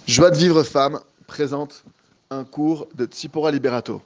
Joie de vivre femme présente un cours de Tsipora Liberato.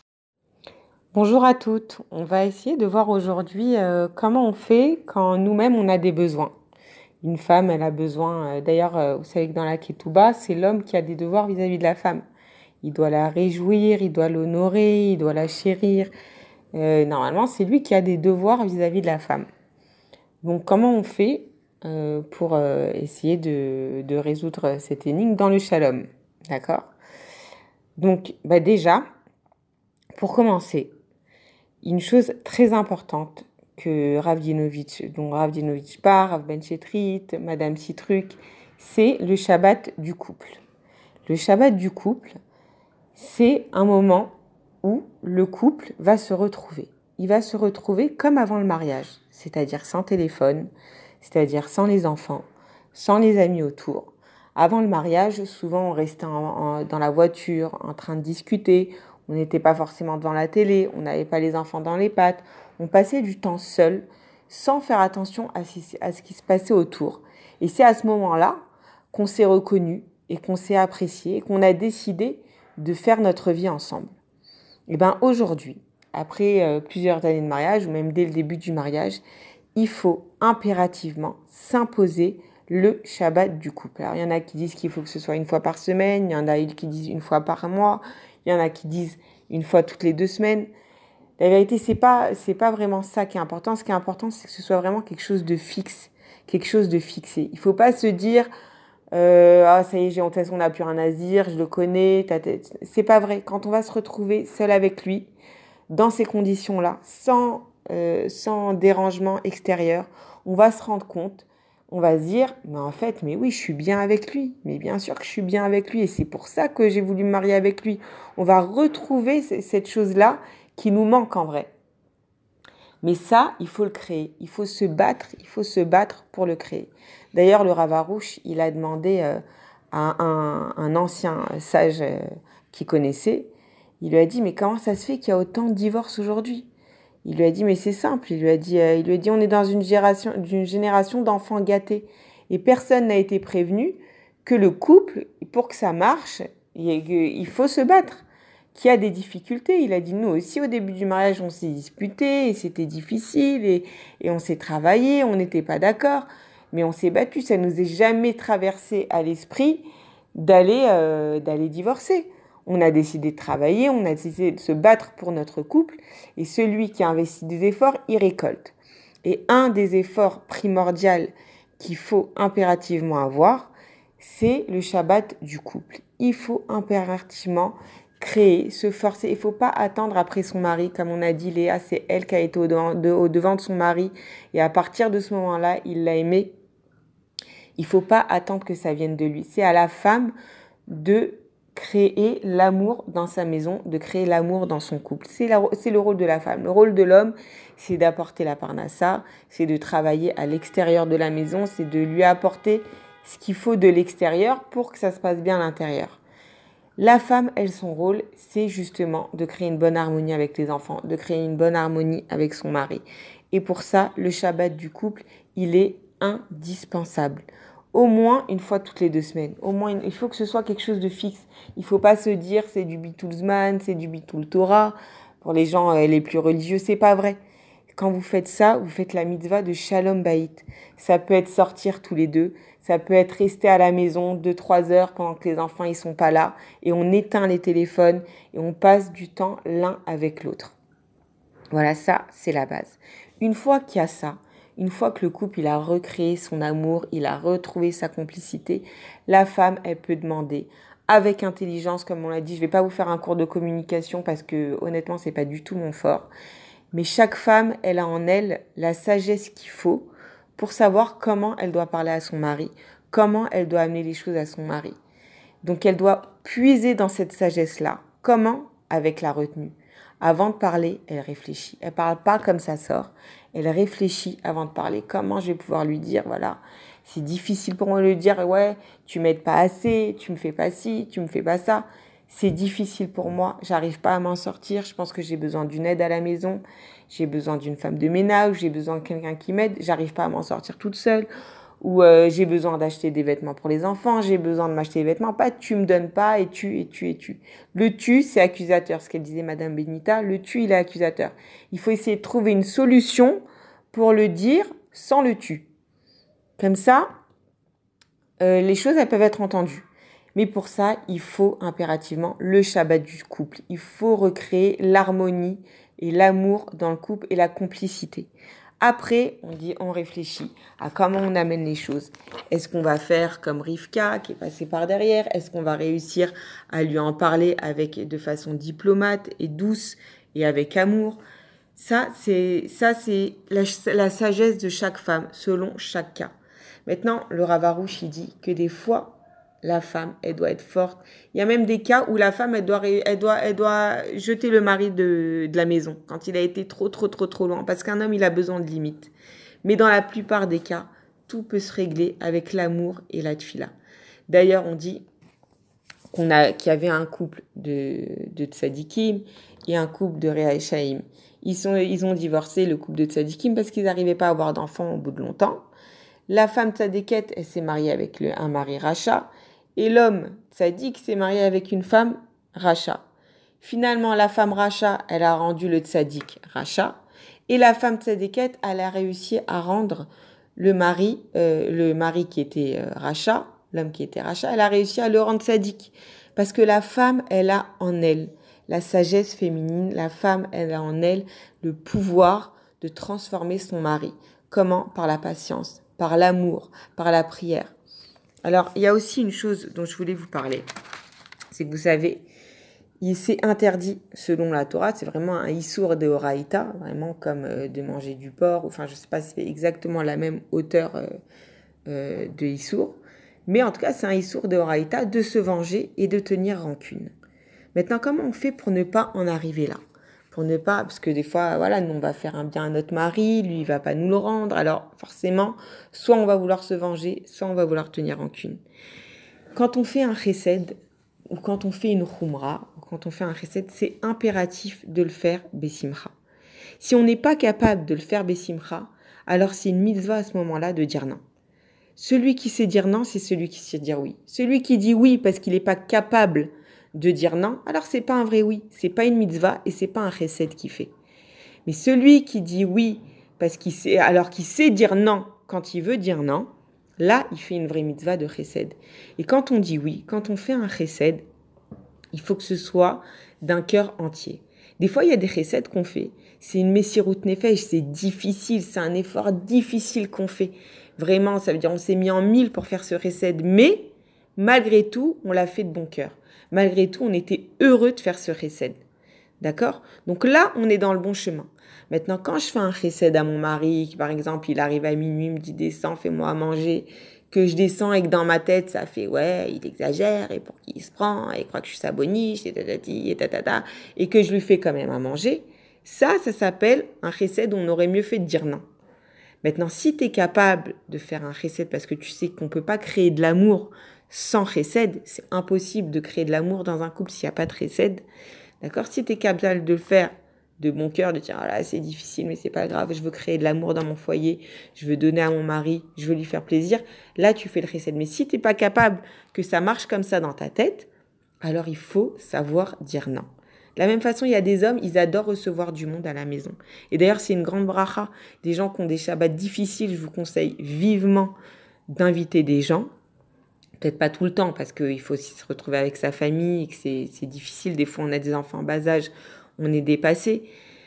Bonjour à toutes. On va essayer de voir aujourd'hui comment on fait quand nous-mêmes on a des besoins. Une femme, elle a besoin, d'ailleurs, vous savez que dans la Ketouba, c'est l'homme qui a des devoirs vis-à-vis de la femme. Il doit la réjouir, il doit l'honorer, il doit la chérir. Normalement, c'est lui qui a des devoirs vis-à-vis de la femme. Donc, comment on fait pour essayer de résoudre cette énigme dans le shalom? D'accord? Donc, déjà, pour commencer, une chose très importante que dont Rav Dinovitch part, Rav Ben Chetrit, Madame Citruc, c'est le Shabbat du couple. Le Shabbat du couple, c'est un moment où le couple va se retrouver. Il va se retrouver comme avant le mariage, c'est-à-dire sans téléphone, c'est-à-dire sans les enfants, sans les amis autour. Avant le mariage, souvent on restait dans la voiture en train de discuter, on n'était pas forcément devant la télé, on n'avait pas les enfants dans les pattes, on passait du temps seul sans faire attention à ce qui se passait autour. Et c'est à ce moment-là qu'on s'est reconnu et qu'on s'est apprécié et qu'on a décidé de faire notre vie ensemble. Et bien aujourd'hui, après plusieurs années de mariage ou même dès le début du mariage, il faut impérativement s'imposer le Shabbat du couple. Alors il y en a qui disent qu'il faut que ce soit une fois par semaine, il y en a qui disent une fois par mois, il y en a qui disent une fois toutes les 2 semaines. La vérité, c'est pas vraiment ça qui est important. Ce qui est important, c'est que ce soit vraiment quelque chose de fixe, quelque chose de fixé. Il faut pas se dire ah ça y est, de toute façon on n'a plus rien à se dire, je le connais. C'est pas vrai. Quand on va se retrouver seul avec lui, dans ces conditions-là, sans dérangement extérieur, on va se rendre compte, on va se dire, mais en fait, mais oui, je suis bien avec lui. Mais bien sûr que je suis bien avec lui et c'est pour ça que j'ai voulu me marier avec lui. On va retrouver cette chose-là qui nous manque en vrai. Mais ça, il faut le créer. Il faut se battre pour le créer. D'ailleurs, le Rav Arush, il a demandé à un ancien sage qu'il connaissait, il lui a dit, mais comment ça se fait qu'il y a autant de divorces aujourd'hui? Il lui a dit, mais c'est simple. Il lui a dit, on est dans d'une génération d'enfants gâtés. Et personne n'a été prévenu que le couple, pour que ça marche, il faut se battre. Qu'il y a des difficultés. Il a dit, nous aussi, au début du mariage, on s'est disputé, et c'était difficile, et on s'est travaillé, on n'était pas d'accord, mais on s'est battu. Ça nous est jamais traversé à l'esprit d'aller divorcer. On a décidé de travailler, on a décidé de se battre pour notre couple, et celui qui investit des efforts, il récolte. Et un des efforts primordiaux qu'il faut impérativement avoir, c'est le Shabbat du couple. Il faut impérativement créer, se forcer. Il ne faut pas attendre après son mari. Comme on a dit, Léa, c'est elle qui a été au devant de son mari. Et à partir de ce moment-là, il l'a aimé. Il ne faut pas attendre que ça vienne de lui. C'est à la femme de créer l'amour dans sa maison, de créer l'amour dans son couple. C'est le rôle de la femme. Le rôle de l'homme, c'est d'apporter la parnassa, c'est de travailler à l'extérieur de la maison, c'est de lui apporter ce qu'il faut de l'extérieur pour que ça se passe bien à l'intérieur. La femme, elle, son rôle, c'est justement de créer une bonne harmonie avec les enfants, de créer une bonne harmonie avec son mari. Et pour ça, le Shabbat du couple, il est indispensable. Au moins une fois toutes les 2 semaines. Au moins, il faut que ce soit quelque chose de fixe. Il ne faut pas se dire c'est du Bitul Zman, c'est du Bitul Torah. Pour les gens les plus religieux, c'est pas vrai. Quand vous faites ça, vous faites la mitzvah de Shalom Bayit. Ça peut être sortir tous les deux. Ça peut être rester à la maison 2-3 heures pendant que les enfants ils sont pas là. Et on éteint les téléphones et on passe du temps l'un avec l'autre. Voilà, ça, c'est la base. Une fois qu'il y a ça, une fois que le couple il a recréé son amour, il a retrouvé sa complicité, la femme, elle peut demander avec intelligence, comme on l'a dit. Je vais pas vous faire un cours de communication parce que honnêtement, c'est pas du tout mon fort. Mais chaque femme, elle a en elle la sagesse qu'il faut pour savoir comment elle doit parler à son mari, comment elle doit amener les choses à son mari. Donc elle doit puiser dans cette sagesse-là. Comment? Avec la retenue. Avant de parler, elle réfléchit. Elle parle pas comme ça sort. Elle réfléchit avant de parler. Comment je vais pouvoir lui dire, voilà, c'est difficile pour moi de lui dire, ouais, tu m'aides pas assez, tu me fais pas ci, tu me fais pas ça. C'est difficile pour moi, j'arrive pas à m'en sortir, je pense que j'ai besoin d'une aide à la maison, j'ai besoin d'une femme de ménage, j'ai besoin de quelqu'un qui m'aide, j'arrive pas à m'en sortir toute seule. ou j'ai besoin d'acheter des vêtements pour les enfants, j'ai besoin de m'acheter des vêtements, pas tu me donnes pas et tu. Le tu, c'est accusateur, ce qu'elle disait Madame Benita, le tu, il est accusateur. Il faut essayer de trouver une solution pour le dire sans le tu. Comme ça, les choses, elles peuvent être entendues. Mais pour ça, il faut impérativement le Shabbat du couple. Il faut recréer l'harmonie et l'amour dans le couple et la complicité. Après, on réfléchit à comment on amène les choses. Est-ce qu'on va faire comme Rivka qui est passée par derrière? Est-ce qu'on va réussir à lui en parler de façon diplomate et douce et avec amour? Ça, c'est la sagesse de chaque femme selon chaque cas. Maintenant, le Rav Arush, il dit que des fois, la femme, elle doit être forte. Il y a même des cas où la femme, elle doit jeter le mari de la maison quand il a été trop loin. Parce qu'un homme, il a besoin de limites. Mais dans la plupart des cas, tout peut se régler avec l'amour et la tfila. D'ailleurs, on dit qu'il y avait un couple de tzadikim et un couple de Rehaïchaïm. Ils ont divorcé, le couple de tzadikim, parce qu'ils n'arrivaient pas à avoir d'enfants au bout de longtemps. La femme tzadékette, elle s'est mariée avec un mari racha. Et l'homme tzadik s'est marié avec une femme racha. Finalement, la femme racha, elle a rendu le tzadik racha. Et la femme tzadékette, elle a réussi à rendre le mari qui était racha, l'homme qui était racha, elle a réussi à le rendre tzadik. Parce que la femme, elle a en elle la sagesse féminine. La femme, elle a en elle le pouvoir de transformer son mari. Comment? Par la patience, par l'amour, par la prière. Alors, il y a aussi une chose dont je voulais vous parler. C'est que vous savez, c'est interdit selon la Torah, c'est vraiment un issour de Horaïta, vraiment comme de manger du porc, enfin je ne sais pas si c'est exactement la même hauteur de issour, mais en tout cas c'est un issour de Horaïta de se venger et de tenir rancune. Maintenant, comment on fait pour ne pas en arriver là? Pour ne pas, parce que des fois, voilà, nous on va faire un bien à notre mari, lui il va pas nous le rendre, alors forcément, soit on va vouloir se venger, soit on va vouloir tenir rancune. Quand on fait un chesed, ou quand on fait une khumra, ou quand on fait un chesed, c'est impératif de le faire besimcha. Si on n'est pas capable de le faire besimcha, alors c'est une mitzvah à ce moment-là de dire non. Celui qui sait dire non, c'est celui qui sait dire oui. Celui qui dit oui parce qu'il n'est pas capable de dire non, alors c'est pas un vrai oui, c'est pas une mitzvah et c'est pas un chesed qu'il fait. Mais celui qui dit oui parce qu'il sait dire non quand il veut dire non, là il fait une vraie mitzvah de chesed. Et quand on dit oui, quand on fait un chesed, il faut que ce soit d'un cœur entier. Des fois il y a des chesed qu'on fait, c'est une messirut nefesh, c'est difficile, c'est un effort difficile qu'on fait. Vraiment, ça veut dire on s'est mis en mille pour faire ce chesed, mais malgré tout, on l'a fait de bon cœur. Malgré tout, on était heureux de faire ce chesed. D'accord? Donc là, on est dans le bon chemin. Maintenant, quand je fais un chesed à mon mari, par exemple, il arrive à minuit, il me dit descends, fais-moi à manger, que je descends et que dans ma tête, ça fait ouais, il exagère, et pour qui il se prend, et il croit que je suis sa boniche, et tatati, et tatata, et que je lui fais quand même à manger, ça s'appelle un chesed où on aurait mieux fait de dire non. Maintenant, si tu es capable de faire un chesed parce que tu sais qu'on ne peut pas créer de l'amour sans chesed, c'est impossible de créer de l'amour dans un couple s'il n'y a pas de chesed. D'accord? Si tu es capable de le faire de bon cœur, de dire ah là c'est difficile mais c'est pas grave, je veux créer de l'amour dans mon foyer, je veux donner à mon mari, je veux lui faire plaisir, là tu fais le chesed. Mais si tu n'es pas capable que ça marche comme ça dans ta tête, alors il faut savoir dire non. De la même façon, il y a des hommes, ils adorent recevoir du monde à la maison. Et d'ailleurs, c'est une grande bracha. Des gens qui ont des shabbats difficiles, je vous conseille vivement d'inviter des gens. Peut-être pas tout le temps, parce qu'il faut aussi se retrouver avec sa famille et que c'est difficile. Des fois, on a des enfants en bas âge, on est dépassé.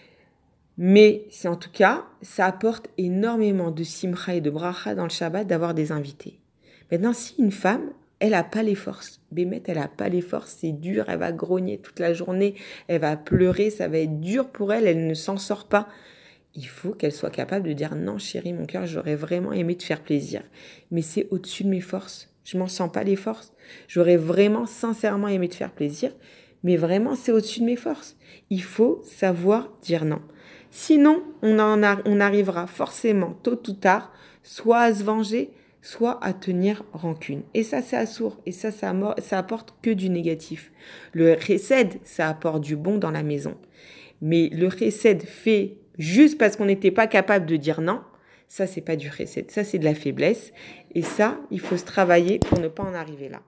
Mais c'est en tout cas, ça apporte énormément de simcha et de bracha dans le Shabbat d'avoir des invités. Maintenant, si une femme, elle n'a pas les forces, Bémet, elle n'a pas les forces, c'est dur, elle va grogner toute la journée, elle va pleurer, ça va être dur pour elle, elle ne s'en sort pas. Il faut qu'elle soit capable de dire non chérie, mon cœur, j'aurais vraiment aimé te faire plaisir, mais c'est au-dessus de mes forces. Je m'en sens pas les forces. J'aurais vraiment sincèrement aimé te faire plaisir, mais vraiment c'est au-dessus de mes forces. Il faut savoir dire non. Sinon, on arrivera forcément tôt ou tard, soit à se venger, soit à tenir rancune. Et ça, c'est assourd. Et ça apporte que du négatif. Le chesed, ça apporte du bon dans la maison. Mais le chesed fait juste parce qu'on n'était pas capable de dire non, Ça, c'est pas du chesed, ça, c'est de la faiblesse. Et ça, il faut se travailler pour ne pas en arriver là.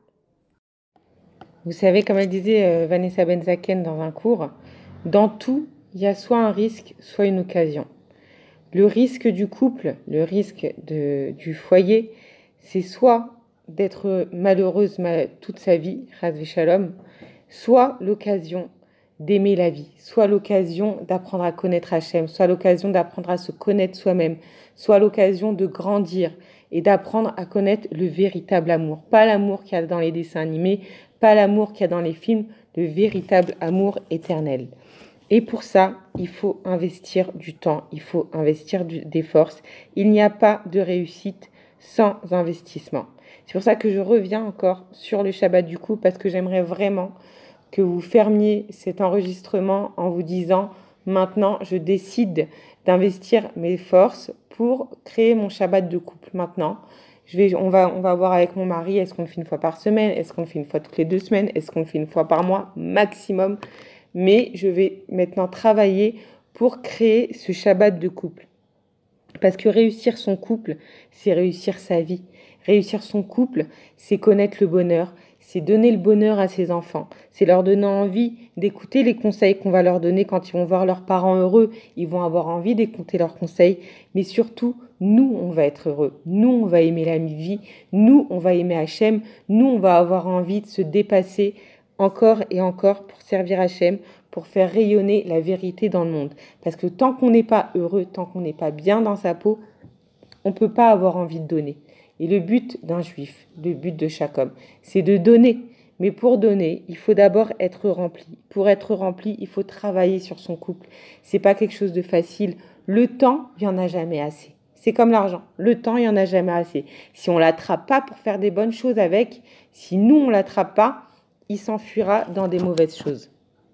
Vous savez, comme elle disait Vanessa Benzaken dans un cours, dans tout, il y a soit un risque, soit une occasion. Le risque du couple, le risque du foyer, c'est soit d'être malheureuse toute sa vie, ras shalom, soit l'occasion d'aimer la vie, soit l'occasion d'apprendre à connaître Hachem, soit l'occasion d'apprendre à se connaître soi-même, soit l'occasion de grandir et d'apprendre à connaître le véritable amour. Pas l'amour qu'il y a dans les dessins animés, pas l'amour qu'il y a dans les films, le véritable amour éternel. Et pour ça, il faut investir du temps, il faut investir des forces. Il n'y a pas de réussite sans investissement. C'est pour ça que je reviens encore sur le Shabbat du coup, parce que j'aimerais vraiment que vous fermiez cet enregistrement en vous disant « Maintenant, je décide d'investir mes forces pour créer mon Shabbat de couple. Maintenant, on va voir avec mon mari, est-ce qu'on le fait une fois par semaine, est-ce qu'on le fait une fois toutes les 2 semaines, est-ce qu'on le fait une fois par mois maximum. Mais je vais maintenant travailler pour créer ce Shabbat de couple. Parce que réussir son couple, c'est réussir sa vie. Réussir son couple, c'est connaître le bonheur, c'est donner le bonheur à ses enfants, c'est leur donner envie d'écouter les conseils qu'on va leur donner quand ils vont voir leurs parents heureux. Ils vont avoir envie d'écouter leurs conseils, mais surtout, nous, on va être heureux. Nous, on va aimer la vie. Nous, on va aimer Hachem. Nous, on va avoir envie de se dépasser encore et encore pour servir Hachem, pour faire rayonner la vérité dans le monde. Parce que tant qu'on n'est pas heureux, tant qu'on n'est pas bien dans sa peau, on ne peut pas avoir envie de donner. Et le but d'un juif, le but de chaque homme, c'est de donner. Mais pour donner, il faut d'abord être rempli. Pour être rempli, il faut travailler sur son couple. C'est pas quelque chose de facile. Le temps, il n'y en a jamais assez. C'est comme l'argent. Le temps, il n'y en a jamais assez. Si on ne l'attrape pas pour faire des bonnes choses avec, si nous, on ne l'attrape pas, il s'enfuira dans des mauvaises choses.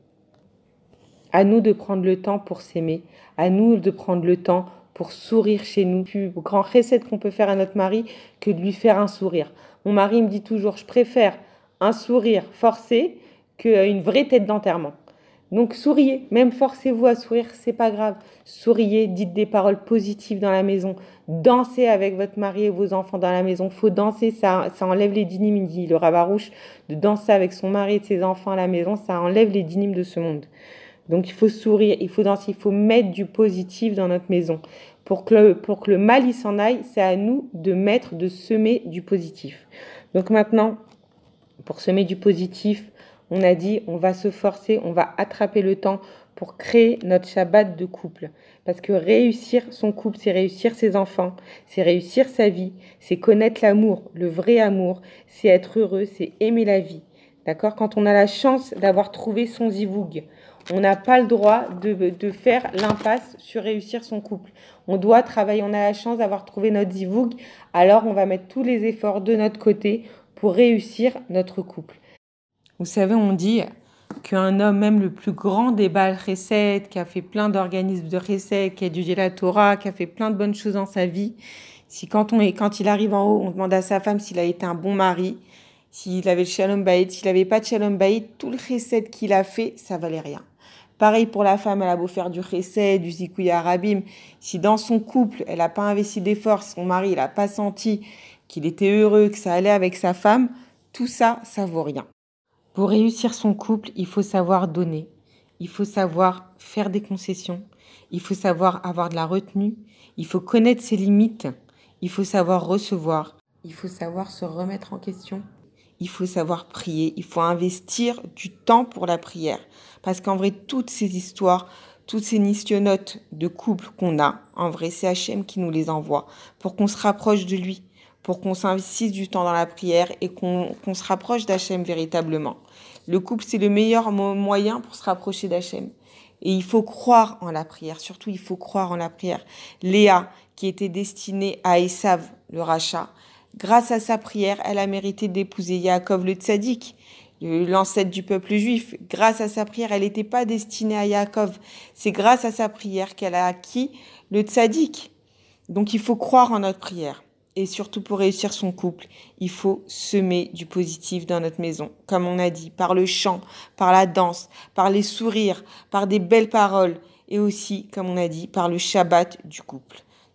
À nous de prendre le temps pour s'aimer. À nous de prendre le temps pour sourire chez nous. Le plus grand recette qu'on peut faire à notre mari que de lui faire un sourire. Mon mari me dit toujours, je préfère un sourire forcé qu'une vraie tête d'enterrement. Donc souriez, même forcez-vous à sourire, c'est pas grave. Souriez, dites des paroles positives dans la maison. Dansez avec votre mari et vos enfants dans la maison. Faut danser, ça enlève les dynimes, il dit le Ravarouche, de danser avec son mari et ses enfants à la maison, ça enlève les dynimes de ce monde. Donc il faut sourire, il faut danser, il faut mettre du positif dans notre maison. Pour que le mal il s'en aille, c'est à nous de semer du positif. Donc maintenant, pour semer du positif, on a dit, on va se forcer, on va attraper le temps pour créer notre Shabbat de couple. Parce que réussir son couple, c'est réussir ses enfants, c'est réussir sa vie, c'est connaître l'amour, le vrai amour, c'est être heureux, c'est aimer la vie. D'accord ? Quand on a la chance d'avoir trouvé son zivoug, on n'a pas le droit de faire l'impasse sur réussir son couple. On doit travailler, on a la chance d'avoir trouvé notre zivoug, alors on va mettre tous les efforts de notre côté pour réussir notre couple. Vous savez, on dit qu'un homme, même le plus grand des Baal Chesed, qui a fait plein d'organismes de Chesed, qui a étudié la Torah, qui a fait plein de bonnes choses dans sa vie, si quand il arrive en haut, on demande à sa femme s'il a été un bon mari, s'il avait le Shalom Bayit, s'il n'avait pas de Shalom Bayit, tout le Chesed qu'il a fait, ça valait rien. Pareil pour la femme, elle a beau faire du Chesed, du Zikuy Arabim, si dans son couple, elle n'a pas investi d'efforts, son mari, il n'a pas senti qu'il était heureux, que ça allait avec sa femme, tout ça, ça vaut rien. Pour réussir son couple, il faut savoir donner, il faut savoir faire des concessions, il faut savoir avoir de la retenue, il faut connaître ses limites, il faut savoir recevoir, il faut savoir se remettre en question, il faut savoir prier, il faut investir du temps pour la prière. Parce qu'en vrai, toutes ces histoires, toutes ces nistionnotes de couple qu'on a, en vrai, c'est Hachem qui nous les envoie pour qu'on se rapproche de lui, pour qu'on s'investisse du temps dans la prière et qu'on se rapproche d'Hachem véritablement. Le couple, c'est le meilleur moyen pour se rapprocher d'Hachem. Et il faut croire en la prière, surtout il faut croire en la prière. Léa, qui était destinée à Esav, le rachat, grâce à sa prière, elle a mérité d'épouser Yaakov le tzaddik, l'ancêtre du peuple juif. Grâce à sa prière, elle n'était pas destinée à Yaakov. C'est grâce à sa prière qu'elle a acquis le tzaddik. Donc il faut croire en notre prière. Et surtout pour réussir son couple, il faut semer du positif dans notre maison. Comme on a dit, par le chant, par la danse, par les sourires, par des belles paroles. Et aussi, comme on a dit, par le Shabbat du couple.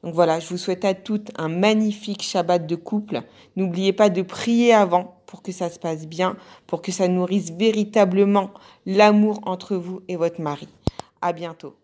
Donc voilà, je vous souhaite à toutes un magnifique Shabbat de couple. N'oubliez pas de prier avant pour que ça se passe bien, pour que ça nourrisse véritablement l'amour entre vous et votre mari. À bientôt.